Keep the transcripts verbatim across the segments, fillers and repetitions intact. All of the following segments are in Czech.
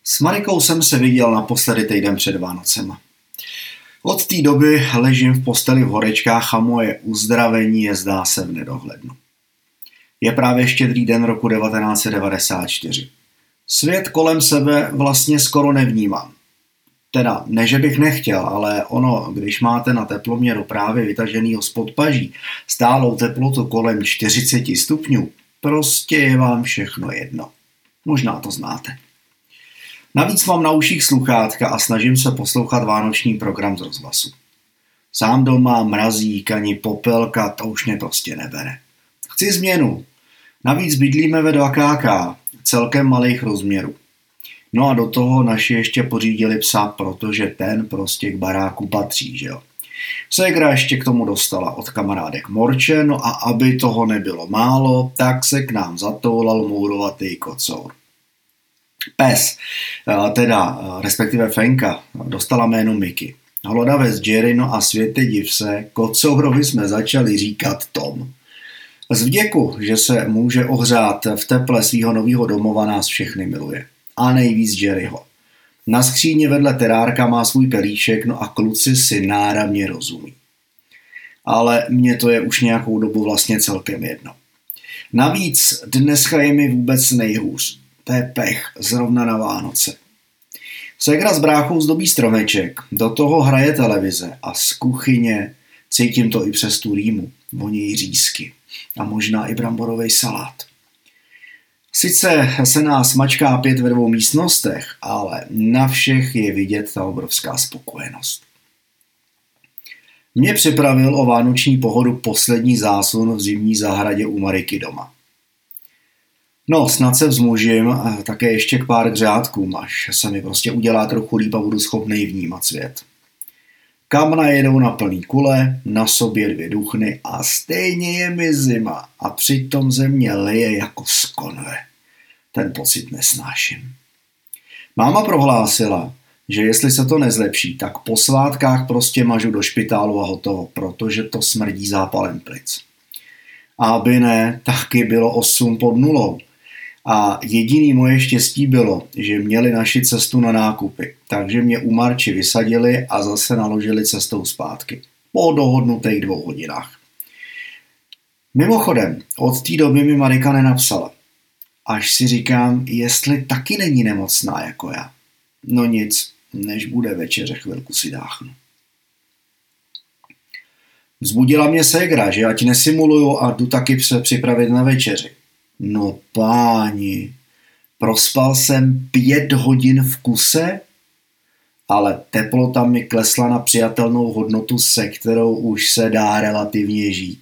S Marikou jsem se viděl naposledy týden před Vánocema. Od té doby ležím v posteli v horečkách a moje uzdravení je zdá se v nedohlednu. Je právě Štědrý den roku devatenáct set devadesát čtyři. Svět kolem sebe vlastně skoro nevnímám. Teda, ne, že bych nechtěl, ale ono, když máte na teploměru právě vytaženýho spod paží stálou teplotu kolem čtyřicet stupňů, prostě je vám všechno jedno. Možná to znáte. Navíc mám na uších sluchátka a snažím se poslouchat vánoční program z rozhlasu. Sám doma mrazík ani popelka, to už mě prostě nebere. Chci změnu. Navíc bydlíme ve dva ká ká, celkem malých rozměrů. No a do toho naši ještě pořídili psa, protože ten prostě k baráku patří, že jo. Ségra ještě k tomu dostala od kamarádek morče, no a aby toho nebylo málo, tak se k nám zatoulal mourovatý kocour. Pes, teda respektive Fenka, dostala jméno Mickey. Hlodavec Jerry, no a světe div se, kocourovi jsme začali říkat Tom. Z vděku, že se může ohřát v teple svého nového domova, nás všechny miluje. A nejvíc Jerryho. Na skříně vedle terárka má svůj pelíšek, no a kluci si náramně rozumí. Ale mně to je už nějakou dobu vlastně celkem jedno. Navíc dneska je mi vůbec nejhůř. To je pech, zrovna na Vánoce. Ségra s bráchou zdobí stromeček, do toho hraje televize a z kuchyně, cítím to i přes tu rýmu, voní řízky a možná i bramborovej salát. Sice se nás mačká pět ve dvou místnostech, ale na všech je vidět ta obrovská spokojenost. Mě připravil o vánoční pohodu poslední zásun v zimní zahradě u Mariky doma. No, snad se vzmužím a také ještě k pár řádkům, až se mi prostě udělá trochu líp a budu schopný vnímat svět. Kam najedou na plný kule, na sobě dvě duchny a stejně je mi zima a přitom ze mě leje jako z konve. Ten pocit nesnáším. Máma prohlásila, že jestli se to nezlepší, tak po svátkách prostě mažu do špitálu a hotovo, protože to smrdí zápalem plic. A aby ne, taky bylo osm pod nulou. A jediný moje štěstí bylo, že měli naši cestu na nákupy, takže mě u Marči vysadili a zase naložili cestou zpátky. Po dohodnutých dvou hodinách. Mimochodem, od té doby mi Marika nenapsala. Až si říkám, jestli taky není nemocná jako já. No nic, než bude večeře, chvilku si dáchnu. Vzbudila mě ségra, že ať nesimuluju a jdu taky se připravit na večeři. No páni, prospal jsem pět hodin v kuse, ale teplota mi klesla na přijatelnou hodnotu, se kterou už se dá relativně žít.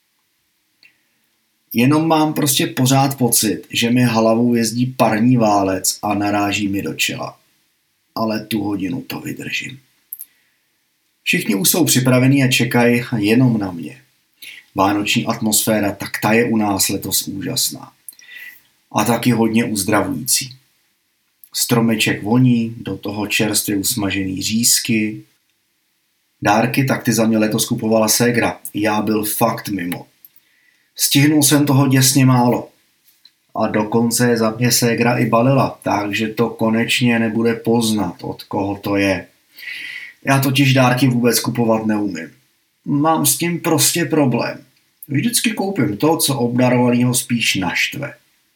Jenom mám prostě pořád pocit, že mi hlavou jezdí parní válec a naráží mi do čela. Ale tu hodinu to vydržím. Všichni už jsou připravení a čekají jenom na mě. Vánoční atmosféra, tak ta je u nás letos úžasná. A taky hodně uzdravující. Stromeček voní, do toho čerstvě usmažený řízky. Dárky tak ty za mě letos kupovala ségra. Já byl fakt mimo. Stihnul jsem toho děsně málo. A dokonce za mě ségra i balila, takže to konečně nebude poznat, od koho to je. Já totiž dárky vůbec kupovat neumím. Mám s tím prostě problém. Vždycky koupím to, co obdarovanýho spíš naštve.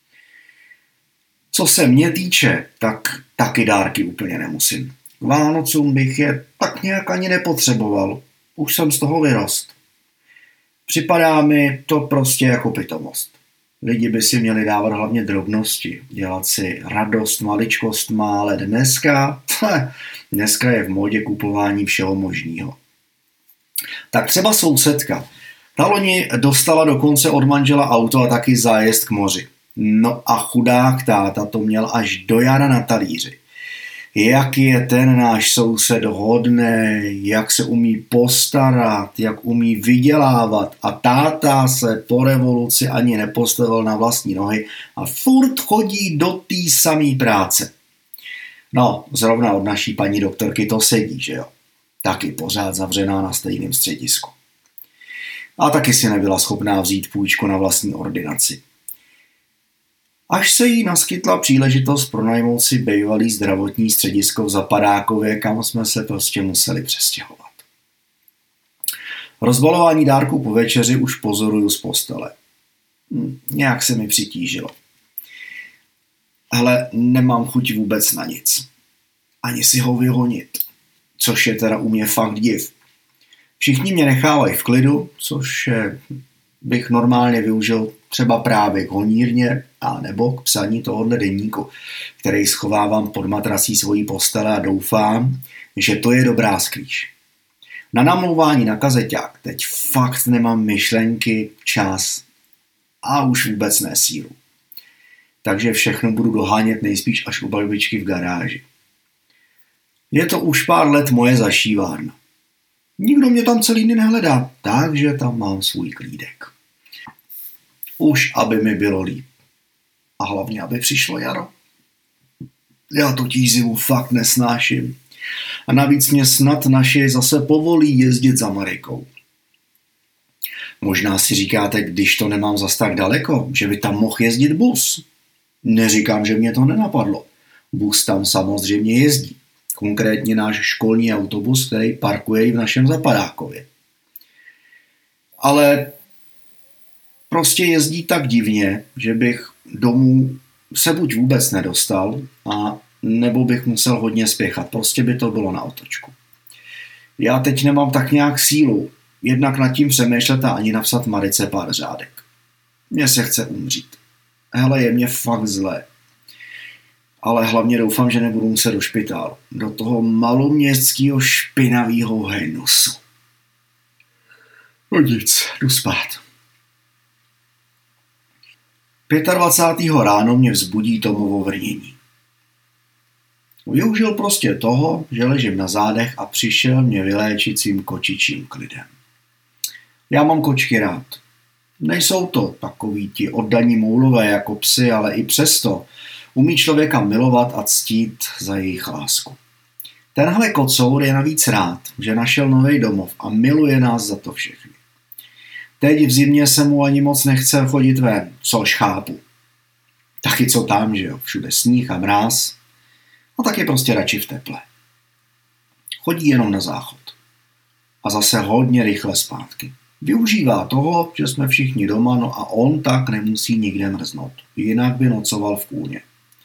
Co se mě týče, tak taky dárky úplně nemusím. K Vánocům bych je tak nějak ani nepotřeboval. Už jsem z toho vyrost. Připadá mi to prostě jako pitomost. Lidi by si měli dávat hlavně drobnosti, dělat si radost maličkostma, ale dneska, dneska je v módě kupování všeho možného. Tak třeba sousedka. Ta loni dostala dokonce od manžela auto a taky zájezd k moři. No a chudák táta to měl až do jara na talíři. Jak je ten náš soused hodnej, jak se umí postarat, jak umí vydělávat a táta se po revoluci ani nepostavil na vlastní nohy a furt chodí do té samé práce. No, zrovna od naší paní doktorky to sedí, že jo? Taky pořád zavřená na stejném středisku. A taky si nebyla schopná vzít půjčku na vlastní ordinaci. až se jí naskytla příležitost pronajmout si bývalý zdravotní středisko v Zapadákově, kam jsme se prostě museli přestěhovat. Rozbalování dárků po večeři už pozoruju z postele. Hm, nějak se mi přitížilo. Hele, nemám chuť vůbec na nic. Ani si ho vyhonit. Což je teda u mě fakt div. Všichni mě nechávají v klidu, což je, bych normálně využil třeba právě k honírně a nebo k psaní tohohle deníku, který schovávám pod matrací svojí postele a doufám, že to je dobrá skrýš. Na namlouvání na kazeťák teď fakt nemám myšlenky, čas a už vůbec ne sílu. Takže všechno budu dohánět nejspíš až u babičky v garáži. Je to už pár let moje zašívárna. Nikdo mě tam celý den nehledá, takže tam mám svůj klídek. Už aby mi bylo líp. A hlavně, aby přišlo jaro. Já totiž zimu fakt nesnáším. A navíc mě snad naši zase povolí jezdit za Marikou. Možná si říkáte, když to nemám zas tak daleko, že by tam mohl jezdit bus. Neříkám, že mě to nenapadlo. Bus tam samozřejmě jezdí. Konkrétně náš školní autobus, který parkuje i v našem Zapadákově. Ale prostě jezdí tak divně, že bych domů se buď vůbec nedostal, a nebo bych musel hodně spěchat. Prostě by to bylo na otočku. Já teď nemám tak nějak sílu, jednak nad tím přemýšlet a ani napsat Marice pár řádek. Mně se chce umřít. Hele, je mě fakt zlé. Ale hlavně doufám, že nebudu muset do špitálu. Do toho maloměstského špinavého hejnusu. No nic, jdu spát. dvacátého pátého ráno mě vzbudí Tomovo vrnění. Využil prostě toho, že ležím na zádech a přišel mě vyléčit svým kočičím klidem. Já mám kočky rád. Nejsou to takový ti oddaní moulové jako psy, ale i přesto umí člověka milovat a ctít za jejich lásku. Tenhle kocour je navíc rád, že našel nový domov a miluje nás za to všechny. Teď v zimě se mu ani moc nechce chodit ven, což chápu. Taky co tam, že jo, všude sníh a mráz. A tak je prostě radši v teple. Chodí jenom na záchod. A zase hodně rychle zpátky. Využívá toho, že jsme všichni doma, no a on tak nemusí nikde mrznout. Jinak by nocoval v kůně.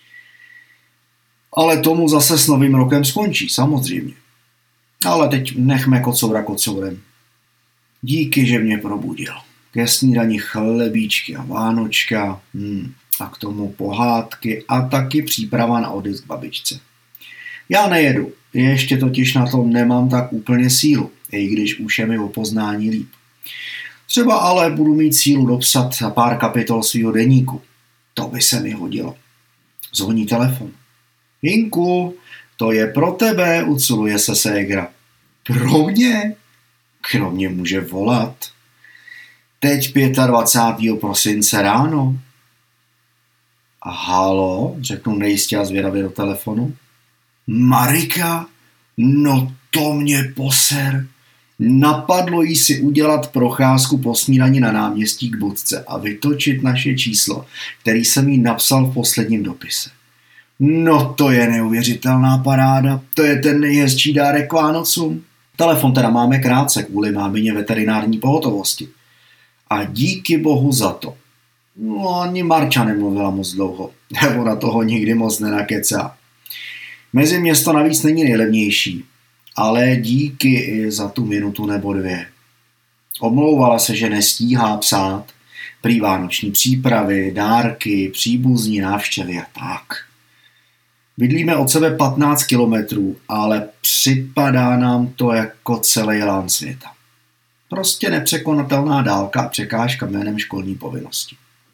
Ale tomu zase s novým rokem skončí, samozřejmě. Ale teď nechme kocoura kocourem. Díky, že mě probudil. Ke snídani chlebíčky a vánočka, hmm, a k tomu pohádky a taky příprava na odjezd k babičce. Já nejedu, ještě totiž na tom nemám tak úplně sílu, i když už je mi o poznání líp. Třeba ale budu mít sílu dopsat na pár kapitol svýho deníku. To by se mi hodilo. Zvoní telefon. Jinku, to je pro tebe, uculuje se ségra. Pro mě? Kdo mě může volat? Teď dvacátého pátého prosince ráno. A halo, řeknu nejistě a zvědavě do telefonu. Marika? No to mě poser. Napadlo jí si udělat procházku po snídani na náměstí k budce a vytočit naše číslo, který jsem jí napsal v posledním dopise. No to je neuvěřitelná paráda, to je ten nejhezčí dárek k Vánocům. Telefon teda máme krátce kvůli mámině veterinární pohotovosti. A díky bohu za to. No ani Marča nemluvila moc dlouho, ona toho nikdy moc nenakecá. Mezi město navíc není nejlevnější, ale díky i za tu minutu nebo dvě. Omlouvala se, že nestíhá psát, prý vánoční přípravy, dárky, příbuzní návštěvy a tak. Bydlíme od sebe patnáct kilometrů, ale připadá nám to jako celý lán světa. Prostě nepřekonatelná dálka a překážka jménem školní povinnosti.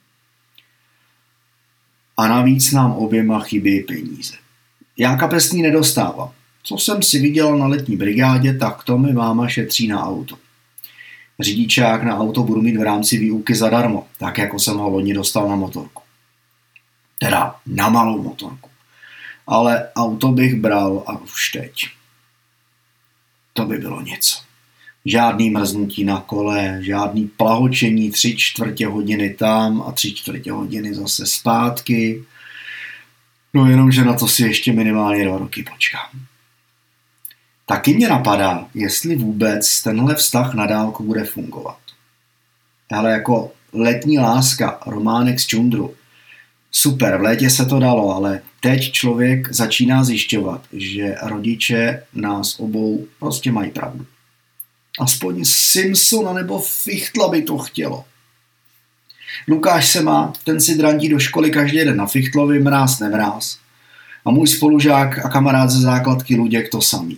A navíc nám oběma chybí peníze. Já kapesný nedostávám. Co jsem si viděl na letní brigádě, tak to mi máma šetří na auto. Řidičák na auto budu mít v rámci výuky zadarmo, tak jako jsem ho loni dostal na motorku. Teda na malou motorku. Ale auto bych bral a už teď. To by bylo něco. Žádný mrznutí na kole, žádný plahočení tři čtvrtě hodiny tam a tři čtvrtě hodiny zase zpátky. No jenom, že na to si ještě minimálně dva roky počkám. Taky mě napadá, jestli vůbec tenhle vztah na dálku bude fungovat. Ale jako letní láska, románek z čundru. Super, v létě se to dalo, ale teď člověk začíná zjišťovat, že rodiče nás obou prostě mají pravdu. Aspoň Simpsona nebo Fichtla by to chtělo. Lukáš se má, ten si drantí do školy každý den na Fichtlovi, mráz nemráz. A můj spolužák a kamarád ze základky Luděk to samý.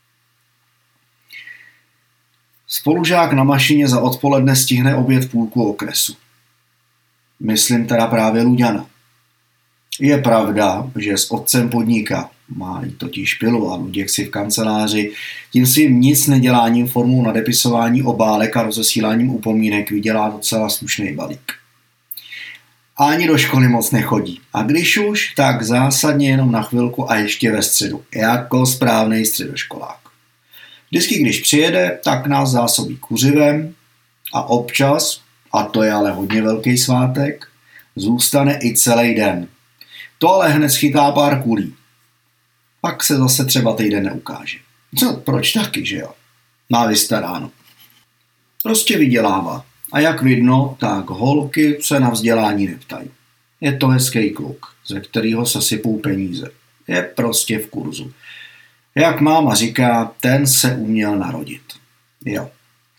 Spolužák na mašině za odpoledne stihne obět půlku okresu. Myslím teda právě Luďana. Je pravda, že s otcem podniká. Má jí totiž pilu a Luděk si v kanceláři tím svým nic neděláním formou nadepisování obálek a rozesíláním upomínek vydělá docela slušný balík. A ani do školy moc nechodí. A když už, tak zásadně jenom na chvilku a ještě ve středu. Jako správnej středoškolák. Vždycky, když přijede, tak nás zásobí kuřivem a občas, a to je ale hodně velký svátek, zůstane i celý den. To ale hned schytá pár kulí. Pak se zase třeba týden neukáže. Co, proč taky, že jo? Má vystaráno. Prostě vydělává. A jak vidno, tak holky se na vzdělání neptají. Je to hezký kluk, ze kterého se sypou peníze. Je prostě v kurzu. Jak máma říká, ten se uměl narodit. Jo.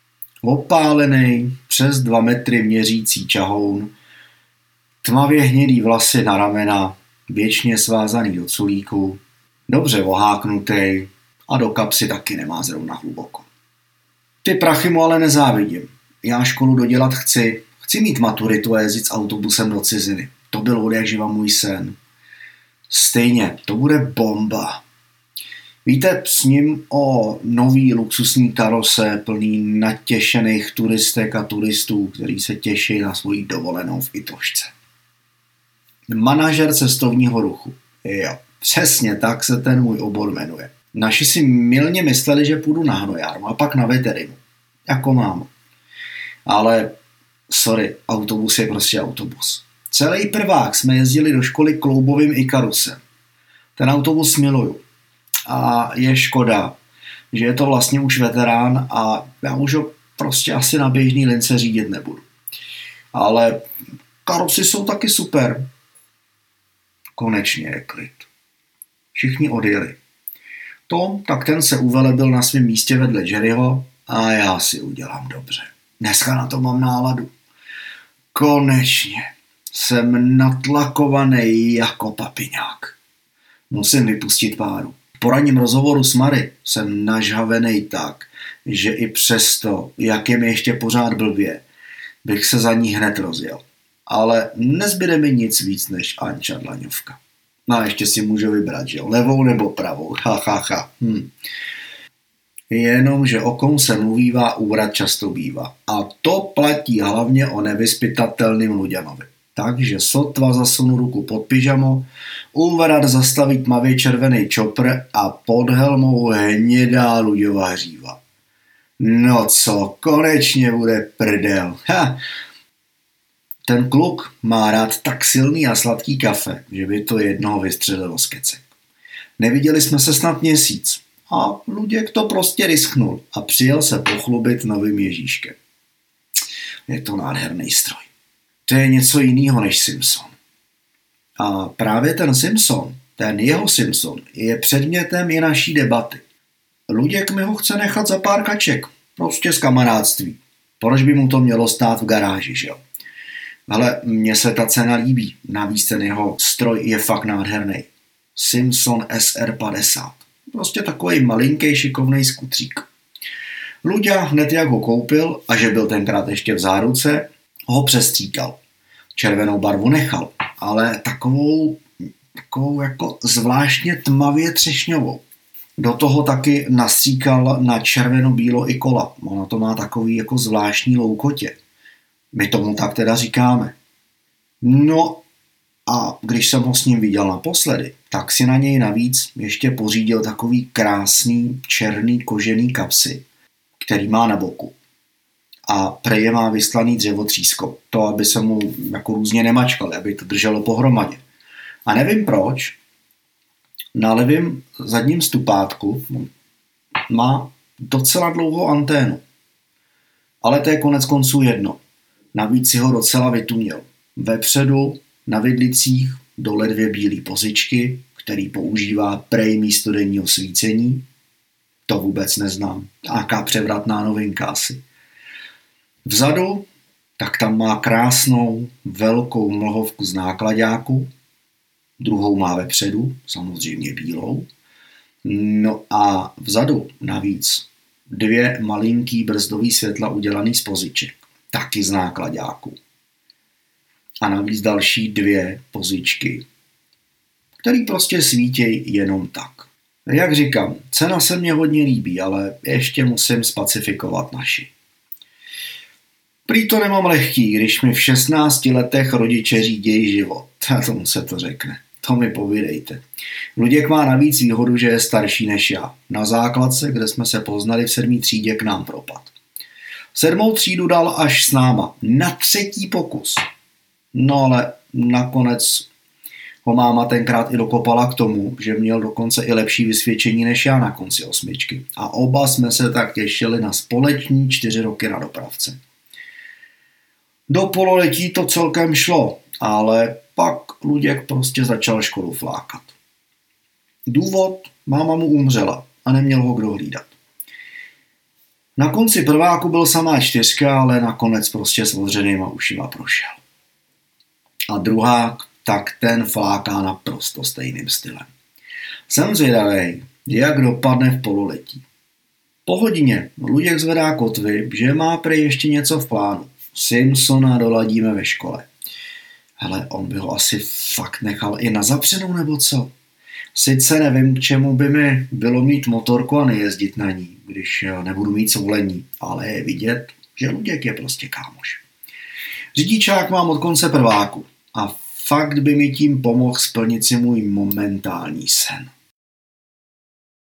Opálený, přes dva metry měřící čahoun, tmavě hnědý vlasy na ramena, věčně svázaný do culíku, dobře oháknutý a do kapsy taky nemá zrovna hluboko. Ty prachy mu ale nezávidím. Já školu dodělat chci. Chci mít maturitu a jezdit s autobusem do ciziny. To byl odjakživa můj sen. Stejně, to bude bomba. Víte, s ním o nový luxusní karose plný natěšených turistek a turistů, který se těší na svoji dovolenou v Itošce. Manažer cestovního ruchu. Jo, přesně tak se ten můj obor jmenuje. Naši si mylně mysleli, že půjdu na hnojárnu a pak na veterinu. Jako máma. Ale, sorry, autobus je prostě autobus. Celý prvák jsme jezdili do školy kloubovým Ikarusem. Ten autobus miluju. A je škoda, že je to vlastně už veterán a já už ho prostě asi na běžný lince řídit nebudu. Ale karosy jsou taky super. Konečně je klid. Všichni odjeli. Tom, tak ten se uvelebil na svém místě vedle Jerryho a já si udělám dobře. Dneska na to mám náladu. Konečně jsem natlakovaný jako papiňák. Musím vypustit páru. Po ranním rozhovoru s Mary jsem nažhavený tak, že i přesto, jak je mi ještě pořád blbě, bych se za ní hned rozjel. Ale nezbyde mi nic víc než Anča Dlaňovka. No a ještě si můžu vybrat, že jo, levou nebo pravou. Ha, ha, ha. Hm. Jenomže o kom se mluvívá, úvrat často bývá. A to platí hlavně o nevyspytatelným Luďanovi. Takže sotva zasunu ruku pod pyžamo, úvrat zastaví tmavě červený čopr a pod helmou hnědá Luďova hříva. No co, konečně bude prdel. Ha. Ten kluk má rád tak silný a sladký kafe, že by to jednoho vystřelilo z kecek. Neviděli jsme se snad měsíc a Luděk to prostě risknul a přijel se pochlubit novým Ježíškem. Je to nádherný stroj. To je něco jiného než Simpson. A právě ten Simpson, ten jeho Simpson, je předmětem i naší debaty. Luděk mi ho chce nechat za pár kaček, prostě z kamarádství. Proč by mu to mělo stát v garáži, že jo? Ale mně se ta cena líbí, navíc ten jeho stroj je fakt nádherný. Simpson S R padesát. Prostě takový malinký šikovnej skutřík. Luďa hned jak ho koupil, a že byl tenkrát ještě v záruce, ho přestříkal. Červenou barvu nechal, ale takovou, takovou jako zvláštně tmavě třešňovou. Do toho taky nastříkal na červeno-bílo i kola. Ono to má takový jako zvláštní loukotě. My tomu tak teda říkáme. No a když jsem ho s ním viděl naposledy, tak si na něj navíc ještě pořídil takový krásný černý kožený kapsy, který má na boku. A prej je má vyslaný dřevotřískou. To, aby se mu jako různě nemačkali, aby to drželo pohromadě. A nevím proč, na levém zadním stupátku má docela dlouhou anténu. Ale to je konec konců jedno. Navíc si ho docela vytunil. Vepředu na vidlicích dole dvě bílé pozičky, který používá prej místo denního svícení. To vůbec neznám. Aká převratná novinka asi. Vzadu, tak tam má krásnou velkou mlhovku z náklaďáku. Druhou má vepředu, samozřejmě bílou. No a vzadu navíc dvě malinký brzdový světla udělaný z poziček. Taky z náklaďáku. A navíc další dvě pozičky, které prostě svítějí jenom tak. Jak říkám, cena se mně hodně líbí, ale ještě musím spacifikovat naši. Prý to nemám lehký, když mi v šestnácti letech rodiče řídějí život. A tomu se to řekne. To mi povídejte. Luděk má navíc výhodu, že je starší než já. Na základce, kde jsme se poznali v sedmý třídě, k nám propad. Sedmou třídu dal až s náma. Na třetí pokus. No ale nakonec ho máma tenkrát i dokopala k tomu, že měl dokonce i lepší vysvědčení než já na konci osmičky. A oba jsme se tak těšili na společní čtyři roky na dopravce. Do pololetí to celkem šlo, ale pak Luděk prostě začal školu flákat. Důvod, máma mu umřela a neměl ho kdo hlídat. Na konci prváku byl samá čtyřka, ale nakonec prostě s odřenýma ušima prošel. A druhák, tak ten fláká naprosto stejným stylem. Jsem zvědavej, jak dopadne v pololetí. Po hodině Luděk zvedá kotvy, že má prej ještě něco v plánu. Simpsona doladíme ve škole. Hele, on by ho asi fakt nechal i na zapřenou, nebo co? Sice nevím, k čemu by mi bylo mít motorku a nejezdit na ní, když nebudu mít svolení, ale je vidět, že Luděk je prostě kámoš. Řidičák mám od konce prváku a fakt by mi tím pomohl splnit si můj momentální sen.